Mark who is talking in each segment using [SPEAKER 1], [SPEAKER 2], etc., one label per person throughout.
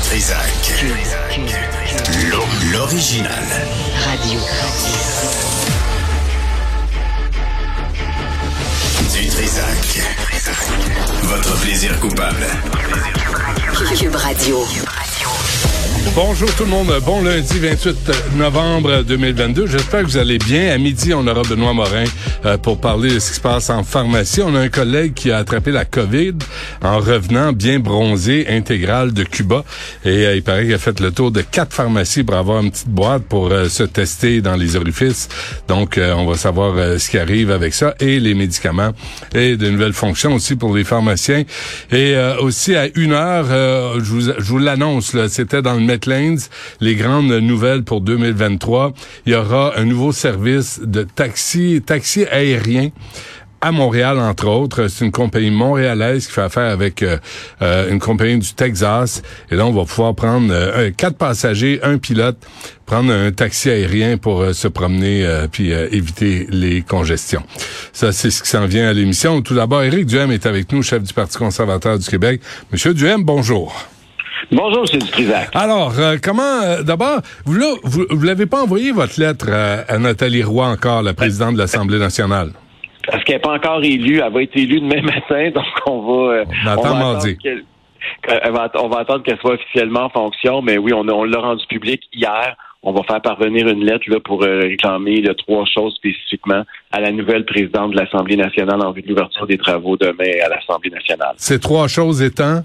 [SPEAKER 1] Trizac. L'original.
[SPEAKER 2] Radio.
[SPEAKER 1] Du Trizac. Votre plaisir coupable.
[SPEAKER 2] Cube Radio.
[SPEAKER 3] Bonjour tout le monde, bon lundi 28 novembre 2022. J'espère que vous allez bien. À midi, on aura Benoît Morin pour parler de ce qui se passe en pharmacie. On a un collègue qui a attrapé la COVID en revenant bien bronzé, intégral de Cuba. Et il paraît qu'il a fait le tour de 4 pharmacies pour avoir une petite boîte pour se tester dans les orifices. Donc, on va savoir ce qui arrive avec ça et les médicaments et de nouvelles fonctions aussi pour les pharmaciens. Et aussi à 1h, je vous l'annonce, là, c'était dans le Metlands, les grandes nouvelles pour 2023. Il y aura un nouveau service de taxi aérien à Montréal, entre autres. C'est une compagnie montréalaise qui fait affaire avec une compagnie du Texas. Et là, on va pouvoir prendre 4 passagers, un pilote, prendre un taxi aérien pour se promener puis éviter les congestions. Ça, c'est ce qui s'en vient à l'émission. Tout d'abord, Éric Duhem est avec nous, chef du Parti conservateur du Québec. Monsieur Duhem, bonjour.
[SPEAKER 4] Bonjour, c'est du Trizac.
[SPEAKER 3] Alors, d'abord, vous l'avez pas envoyé votre lettre à Nathalie Roy encore, la présidente de l'Assemblée nationale?
[SPEAKER 4] Parce qu'elle n'est pas encore élue, elle va être élue demain matin, donc on va
[SPEAKER 3] mardi.
[SPEAKER 4] On va attendre qu'elle soit officiellement en fonction, mais oui, on l'a rendu public hier. On va faire parvenir une lettre là pour réclamer 3 choses spécifiquement à la nouvelle présidente de l'Assemblée nationale en vue de l'ouverture des travaux demain à l'Assemblée nationale.
[SPEAKER 3] Ces 3 choses étant?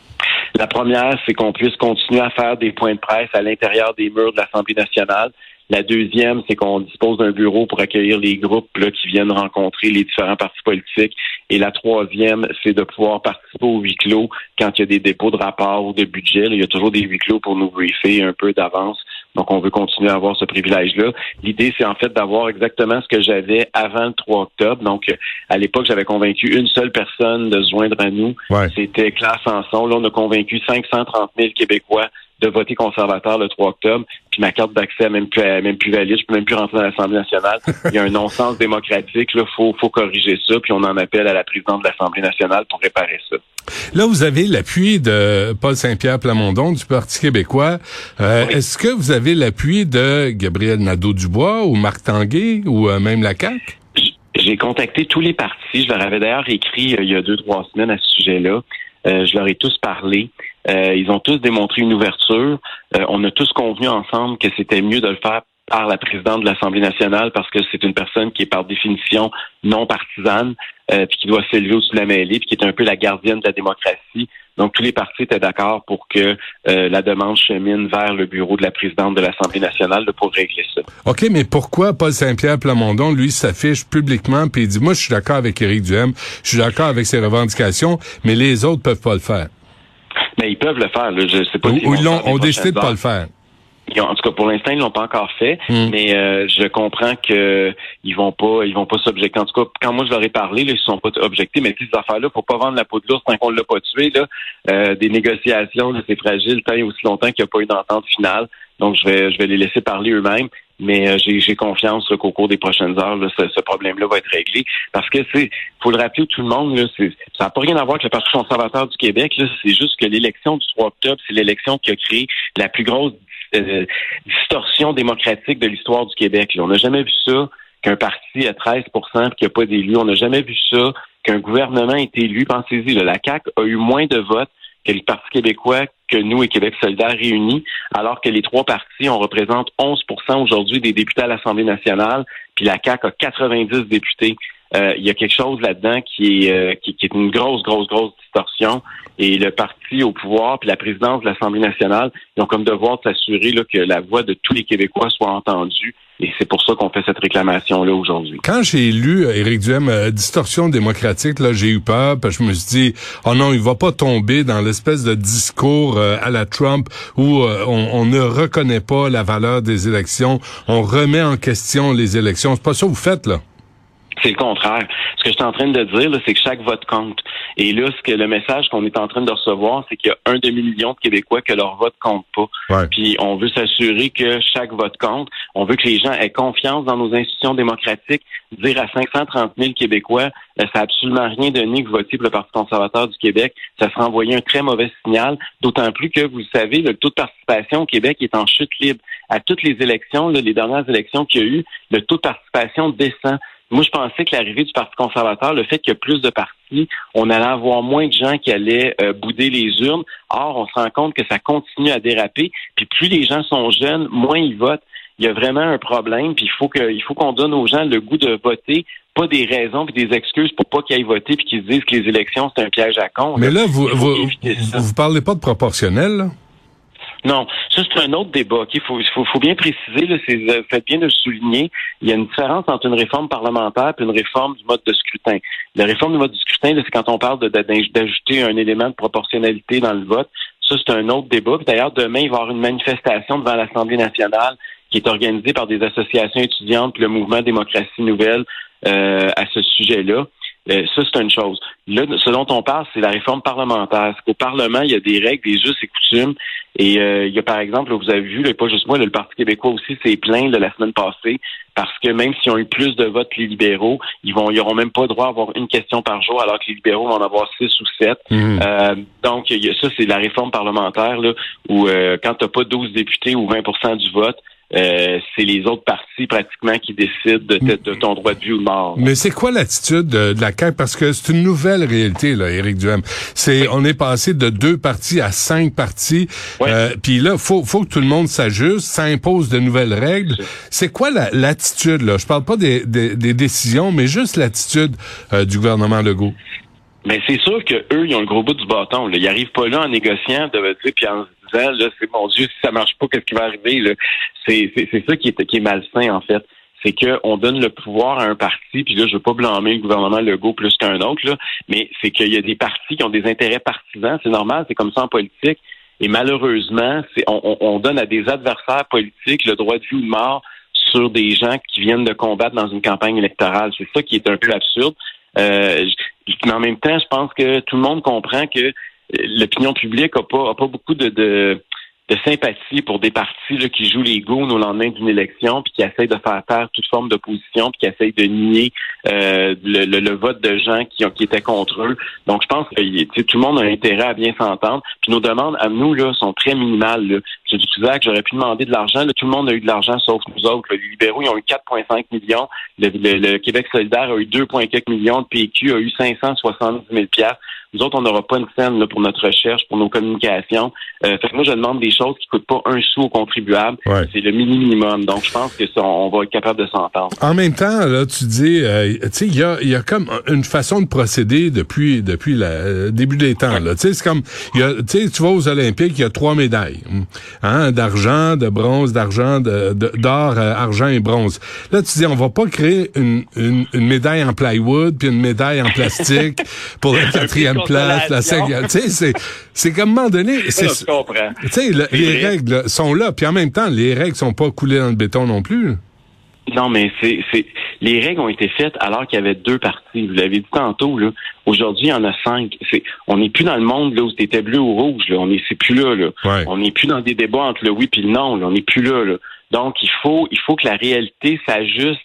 [SPEAKER 4] La première, c'est qu'on puisse continuer à faire des points de presse à l'intérieur des murs de l'Assemblée nationale. La deuxième, c'est qu'on dispose d'un bureau pour accueillir les groupes là, qui viennent rencontrer les différents partis politiques. Et la troisième, c'est de pouvoir participer au huis clos quand il y a des dépôts de rapports ou de budget. Là, il y a toujours des huis clos pour nous briefer un peu d'avance. Donc, on veut continuer à avoir ce privilège-là. L'idée, c'est en fait d'avoir exactement ce que j'avais avant le 3 octobre. Donc, à l'époque, j'avais convaincu une seule personne de se joindre à nous.
[SPEAKER 3] Ouais.
[SPEAKER 4] C'était Claire Sanson. Là, on a convaincu 530 000 Québécois de voter conservateur le 3 octobre. Puis ma carte d'accès est même plus valide. Je peux même plus rentrer dans l'Assemblée nationale. Il y a un non-sens démocratique. Là, faut corriger ça. Puis on en appelle à la présidente de l'Assemblée nationale pour réparer ça.
[SPEAKER 3] Là, vous avez l'appui de Paul Saint-Pierre Plamondon du Parti québécois. Oui. Est-ce que vous avez l'appui de Gabriel Nadeau-Dubois ou Marc Tanguay ou même la CAQ?
[SPEAKER 4] J'ai contacté tous les partis. Je leur avais d'ailleurs écrit il y a 2-3 semaines à ce sujet-là. Je leur ai tous parlé. Ils ont tous démontré une ouverture. On a tous convenu ensemble que c'était mieux de le faire par la présidente de l'Assemblée nationale parce que c'est une personne qui est par définition non partisane puis qui doit s'élever au-dessus de la mêlée puis qui est un peu la gardienne de la démocratie. Donc, tous les partis étaient d'accord pour que la demande chemine vers le bureau de la présidente de l'Assemblée nationale là, pour régler ça.
[SPEAKER 3] OK, mais pourquoi Paul Saint-Pierre Plamondon, lui, s'affiche publiquement puis il dit « Moi, je suis d'accord avec Éric Duhem, je suis d'accord avec ses revendications, mais les autres peuvent pas le faire. »
[SPEAKER 4] Mais ils peuvent le faire. Là. Je sais pas
[SPEAKER 3] ou ils ont décidé de pas le faire.
[SPEAKER 4] En tout cas, pour l'instant, ils l'ont pas encore fait, mais je comprends que ils vont pas s'objecter. En tout cas, quand moi je leur ai parlé, là, ils se sont pas objectés, mais ces affaires-là, faut pas vendre la peau de l'ours tant qu'on l'a pas tué. Là, des négociations, là, c'est fragile tant et aussi longtemps qu'il n'y a pas eu d'entente finale. Donc, je vais les laisser parler eux-mêmes. Mais j'ai confiance là, qu'au cours des prochaines heures, là, ce problème-là va être réglé. Parce que faut le rappeler à tout le monde, là, ça n'a pas rien à voir avec le Parti conservateur du Québec. Là, c'est juste que l'élection du 3 octobre, c'est l'élection qui a créé la plus grosse distorsion démocratique de l'histoire du Québec. Là. On n'a jamais vu ça, qu'un parti à 13% et qu'il n'y a pas d'élus. On n'a jamais vu ça, qu'un gouvernement est élu. Pensez-y, là, la CAQ a eu moins de votes que le Parti québécois, que nous et Québec solidaire réunis, alors que les 3 partis, on représente 11% aujourd'hui des députés à l'Assemblée nationale, puis la CAQ a 90 députés. Il y a quelque chose là-dedans qui est une grosse distorsion. Et le parti au pouvoir, puis la présidence de l'Assemblée nationale, ils ont comme devoir de s'assurer là, que la voix de tous les Québécois soit entendue. Et c'est pour ça qu'on fait cette réclamation-là aujourd'hui.
[SPEAKER 3] Quand j'ai lu Éric Duhem, distorsion démocratique, là, j'ai eu peur, parce que je me suis dit, oh non, il va pas tomber dans l'espèce de discours à la Trump où on ne reconnaît pas la valeur des élections, on remet en question les élections. C'est pas ça que vous faites, là?
[SPEAKER 4] C'est le contraire. Ce que je suis en train de dire, là, c'est que chaque vote compte. Et là, le message qu'on est en train de recevoir, c'est qu'il y a 1 demi-million de Québécois que leur vote compte pas. Ouais. Puis on veut s'assurer que chaque vote compte. On veut que les gens aient confiance dans nos institutions démocratiques. Dire à 530 000 Québécois, ça n'a absolument rien donné que vous votiez pour le Parti conservateur du Québec. Ça serait envoyer un très mauvais signal. D'autant plus que, vous le savez, le taux de participation au Québec est en chute libre. À toutes les élections, là, les dernières élections qu'il y a eu, le taux de participation descend. Moi, je pensais que l'arrivée du Parti conservateur, le fait qu'il y a plus de partis, on allait avoir moins de gens qui allaient bouder les urnes. Or, on se rend compte que ça continue à déraper. Puis plus les gens sont jeunes, moins ils votent. Il y a vraiment un problème. Puis il faut qu'on donne aux gens le goût de voter, pas des raisons puis des excuses pour pas qu'ils aillent voter puis qu'ils se disent que les élections, c'est un piège à con.
[SPEAKER 3] Mais là, vous parlez pas de proportionnel, là?
[SPEAKER 4] Non, ça c'est un autre débat. Il faut bien préciser, là, faites bien de le souligner, il y a une différence entre une réforme parlementaire et une réforme du mode de scrutin. La réforme du mode de scrutin, là, c'est quand on parle d'ajouter un élément de proportionnalité dans le vote. Ça, c'est un autre débat. Puis d'ailleurs, demain, il va y avoir une manifestation devant l'Assemblée nationale qui est organisée par des associations étudiantes puis le mouvement Démocratie Nouvelle à ce sujet-là. Ça, c'est une chose. Là, ce dont on parle, c'est la réforme parlementaire. C'est qu'au Parlement, il y a des règles, des us et coutumes. Et il y a, par exemple, là, vous avez vu, là, pas juste moi, là, le Parti québécois aussi s'est plaint là, la semaine passée parce que même s'ils ont eu plus de votes que les libéraux, ils auront même pas droit à avoir une question par jour, alors que les libéraux vont en avoir 6 ou 7. Donc, ça, c'est la réforme parlementaire, là, où quand t'as pas 12 députés ou 20% du vote, c'est les autres partis pratiquement qui décident de ton droit de vie ou de mort.
[SPEAKER 3] Mais c'est quoi l'attitude de la CAQ? Parce que c'est une nouvelle réalité, là, Éric Duhaime. On est passé de 2 partis à 5 partis. Puis là, faut que tout le monde s'ajuste, ça impose de nouvelles règles. C'est quoi l'attitude, là? Je parle pas des décisions, mais juste l'attitude du gouvernement Legault.
[SPEAKER 4] Mais c'est sûr que eux, ils ont le gros bout du bâton. Là. Ils arrivent pas là en négociant, puis en se disant, là, c'est mon Dieu, si ça marche pas, qu'est-ce qui va arriver? Là? C'est ça qui est malsain, en fait. C'est qu'on donne le pouvoir à un parti, puis là, je veux pas blâmer le gouvernement Legault plus qu'un autre, là, mais c'est qu'il y a des partis qui ont des intérêts partisans. C'est normal, c'est comme ça en politique. Et malheureusement, on donne à des adversaires politiques le droit de vie ou de mort sur des gens qui viennent de combattre dans une campagne électorale. C'est ça qui est un peu absurde. Mais en même temps, je pense que tout le monde comprend que l'opinion publique a pas beaucoup de sympathie pour des partis là, qui jouent les goons au lendemain d'une élection puis qui essayent de faire taire toute forme d'opposition puis qui essayent de nier le vote de gens qui étaient contre eux. Donc, je pense que tout le monde a intérêt à bien s'entendre. Puis nos demandes à nous là sont très minimales. Là. J'ai dit tout ça que j'aurais pu demander de l'argent. Là, tout le monde a eu de l'argent sauf nous autres. Là. Les libéraux, ils ont eu 4,5 millions. Le Québec solidaire a eu 2,4 millions. Le PQ a eu 570 000 $. Nous autres, on n'aura pas une scène là, pour notre recherche, pour nos communications. Fait que moi, je demande des choses qui coûtent pas un sou aux contribuables. Ouais. C'est le minimum. Donc, je pense que ça, on va être capable de s'entendre.
[SPEAKER 3] En même temps, là, tu dis, tu sais, il y a comme une façon de procéder depuis le début des temps. Là, tu sais, c'est comme, tu sais, tu vas aux Olympiques, il y a 3 médailles, d'argent, de bronze, d'or, argent et bronze. Là, tu dis, on va pas créer une médaille en plywood puis une médaille en plastique pour la 4e place, la 5e. Tu sais, c'est comme à un moment donné.
[SPEAKER 4] Je comprends.
[SPEAKER 3] Tu sais, les règles là, sont là, puis en même temps, les règles sont pas coulées dans le béton non plus.
[SPEAKER 4] Non, mais les règles ont été faites alors qu'il y avait 2 partis. Vous l'avez dit tantôt, là. Aujourd'hui, il y en a 5. On n'est plus dans le monde là où c'était bleu ou rouge. Là. C'est plus là. Ouais. On n'est plus dans des débats entre le oui et le non. Là. On n'est plus là. Donc, il faut que la réalité s'ajuste.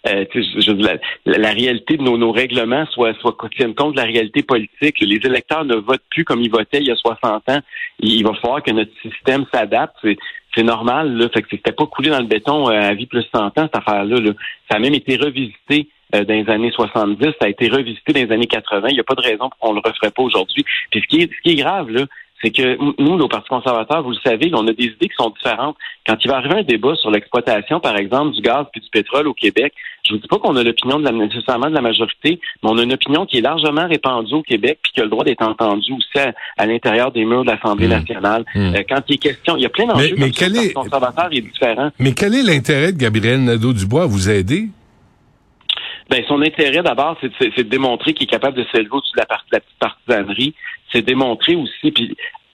[SPEAKER 4] La réalité de nos règlements tienne compte de la réalité politique. Les électeurs ne votent plus comme ils votaient il y a 60 ans. Il va falloir que notre système s'adapte. C'est normal. Là. Fait que c'était pas coulé dans le béton à vie plus 100 ans, cette affaire-là. Là. Ça a même été revisité dans les années 70. Ça a été revisité dans les années 80. Il n'y a pas de raison pour qu'on le referait pas aujourd'hui. Puis ce qui est grave, là, c'est que nous, au Parti conservateur, vous le savez, on a des idées qui sont différentes. Quand il va arriver un débat sur l'exploitation, par exemple, du gaz puis du pétrole au Québec, je vous dis pas qu'on a l'opinion nécessairement de la majorité, mais on a une opinion qui est largement répandue au Québec puis qui a le droit d'être entendue aussi à l'intérieur des murs de l'Assemblée nationale. Quand il est question, il y a plein d'enjeux comme ça, le Parti conservateur est différent.
[SPEAKER 3] Mais quel est l'intérêt de Gabriel Nadeau-Dubois à vous aider?
[SPEAKER 4] Ben, son intérêt, d'abord, c'est de démontrer qu'il est capable de s'élever au-dessus de la petite partisanerie. C'est démontrer aussi, puis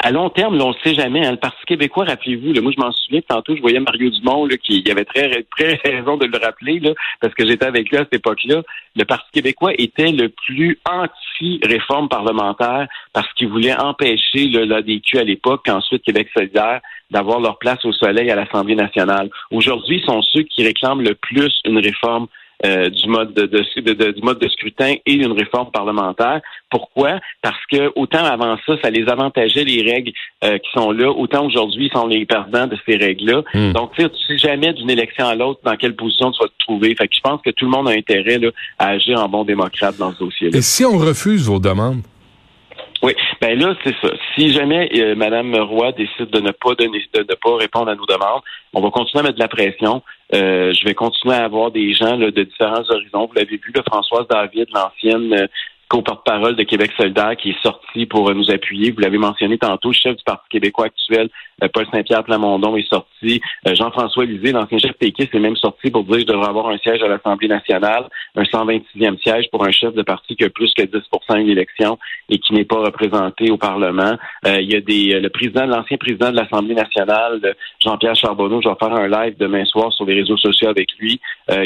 [SPEAKER 4] à long terme, là, on ne sait jamais. Hein, le Parti québécois, rappelez-vous, là, moi je m'en souviens, tantôt je voyais Mario Dumont là, qui avait très raison de le rappeler, là, parce que j'étais avec lui à cette époque-là. Le Parti québécois était le plus anti-réforme parlementaire parce qu'il voulait empêcher l'ADQ à l'époque, ensuite Québec solidaire, d'avoir leur place au soleil à l'Assemblée nationale. Aujourd'hui, ils sont ceux qui réclament le plus une réforme du mode de scrutin et une réforme parlementaire. Pourquoi? Parce que autant avant ça les avantageait les règles qui sont là, autant aujourd'hui, ils sont les perdants de ces règles-là. Donc, tu sais jamais d'une élection à l'autre dans quelle position tu vas te trouver. Fait que je pense que tout le monde a intérêt là, à agir en bon démocrate dans ce dossier-là.
[SPEAKER 3] Et si on refuse vos demandes?
[SPEAKER 4] Oui, ben là, c'est ça. Si jamais Mme Roy décide de ne pas répondre à nos demandes, on va continuer à mettre de la pression. Je vais continuer à avoir des gens là, de différents horizons. Vous l'avez vu, là, Françoise David, l'ancienne co-porte-parole de Québec solidaire, qui est sortie pour nous appuyer. Vous l'avez mentionné tantôt, le chef du Parti québécois actuel, Paul Saint-Pierre Plamondon, est sorti. Jean-François Lisée, l'ancien chef péquiste, est même sorti pour dire que je devrais avoir un siège à l'Assemblée nationale, un 126e siège pour un chef de parti qui a plus que 10% à une élection et qui n'est pas représenté au Parlement. Il y a l'ancien président de l'Assemblée nationale, Jean-Pierre Charbonneau, je vais faire un live demain soir sur les réseaux sociaux avec lui.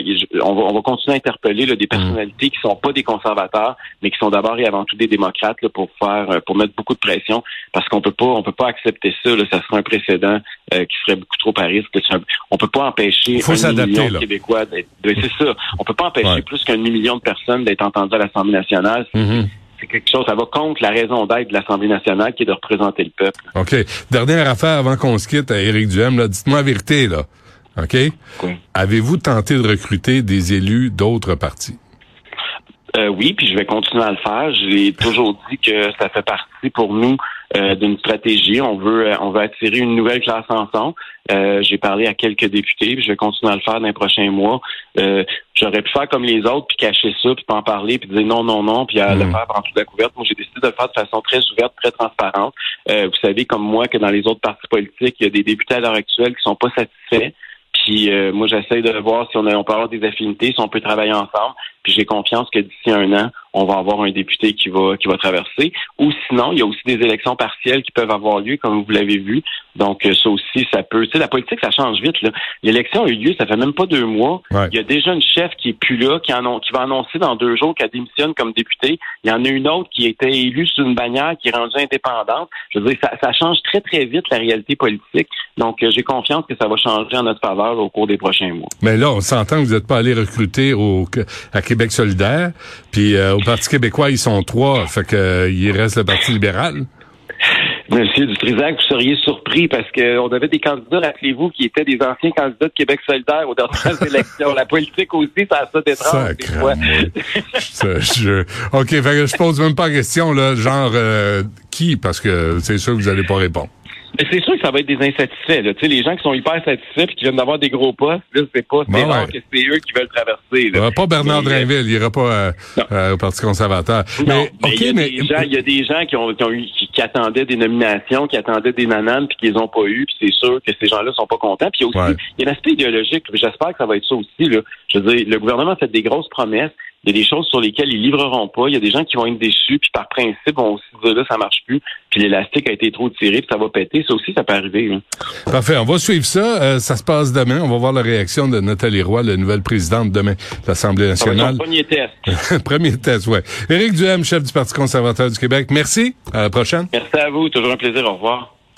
[SPEAKER 4] On va continuer à interpeller là, des personnalités qui sont pas des conservateurs, mais qui sont d'abord et avant tout des démocrates là, pour mettre beaucoup de pression, parce qu'on peut pas accepter ça. Là, ça serait un précédent qui serait beaucoup trop à risque. On peut pas empêcher un million de Québécois d'être. C'est ça. On peut pas empêcher plus qu'un million de personnes d'être entendues à l'Assemblée nationale. C'est quelque chose, ça va contre la raison d'être de l'Assemblée nationale qui est de représenter le peuple. OK.
[SPEAKER 3] Dernière affaire avant qu'on se quitte à Éric Duhem, là, dites-moi la vérité, là. OK? Oui. Avez-vous tenté de recruter des élus d'autres partis?
[SPEAKER 4] Oui, puis je vais continuer à le faire. J'ai toujours dit que ça fait partie pour nous d'une stratégie. On veut attirer une nouvelle classe ensemble. J'ai parlé à quelques députés, puis je vais continuer à le faire dans les prochains mois. J'aurais pu faire comme les autres, puis cacher ça, puis pas en parler, puis dire non, puis à le faire prendre toute la couverte. Moi, j'ai décidé de le faire de façon très ouverte, très transparente. Vous savez, comme moi, que dans les autres partis politiques, il y a des députés à l'heure actuelle qui sont pas satisfaits. Puis moi, j'essaie de voir si on peut avoir des affinités, si on peut travailler ensemble. Puis j'ai confiance que d'ici un an, on va avoir un député qui va traverser. Ou sinon, il y a aussi des élections partielles qui peuvent avoir lieu, comme vous l'avez vu. Donc ça aussi, ça peut. Tu sais, la politique, ça change vite. Là. L'élection a eu lieu, ça fait même pas 2 mois. Ouais. Il y a déjà une chef qui est plus là, qui va annoncer dans 2 jours qu'elle démissionne comme députée. Il y en a une autre qui était élue sous une bannière, qui est rendue indépendante. Je veux dire, ça change très, très vite la réalité politique. Donc j'ai confiance que ça va changer en notre faveur là, au cours des prochains mois.
[SPEAKER 3] Mais là, on s'entend que vous n'êtes pas allé recruter à Québec solidaire, puis au Parti québécois, ils sont 3, fait que il reste le Parti libéral.
[SPEAKER 4] Monsieur Dutrisac, vous seriez surpris parce qu'on avait des candidats, rappelez-vous, qui étaient des anciens candidats de Québec solidaire aux dernières élections. La politique aussi, ça a ça d'étrange des fois.
[SPEAKER 3] OK, fait que je pose même pas la question, là, genre qui, parce que c'est sûr que vous allez pas répondre.
[SPEAKER 4] Mais c'est sûr que ça va être des insatisfaits. Là. Tu sais, les gens qui sont hyper satisfaits et qui viennent d'avoir des gros postes, là, c'est rare que c'est eux qui veulent traverser. Là.
[SPEAKER 3] Pas Bernard Drainville, il ira pas au Parti conservateur.
[SPEAKER 4] Non, mais il y a des gens qui attendaient des nominations, qui attendaient des nananes puis qui les ont pas eues, puis c'est sûr que ces gens-là sont pas contents. Puis il y a aussi il y a l'aspect idéologique. J'espère que ça va être ça aussi. Là. Je veux dire, le gouvernement a fait des grosses promesses. Il y a des choses sur lesquelles ils livreront pas. Il y a des gens qui vont être déçus, puis par principe, vont aussi dire là, ça marche plus, puis l'élastique a été trop tiré, puis ça va péter. Ça aussi, ça peut arriver. Hein.
[SPEAKER 3] Parfait. On va suivre ça. Ça se passe demain. On va voir la réaction de Nathalie Roy, la nouvelle présidente demain de l'Assemblée nationale.
[SPEAKER 4] Ça va être son premier test.
[SPEAKER 3] Premier test, ouais. Éric Duhem, chef du Parti conservateur du Québec. Merci. À la prochaine.
[SPEAKER 4] Merci à vous. Toujours un plaisir. Au revoir.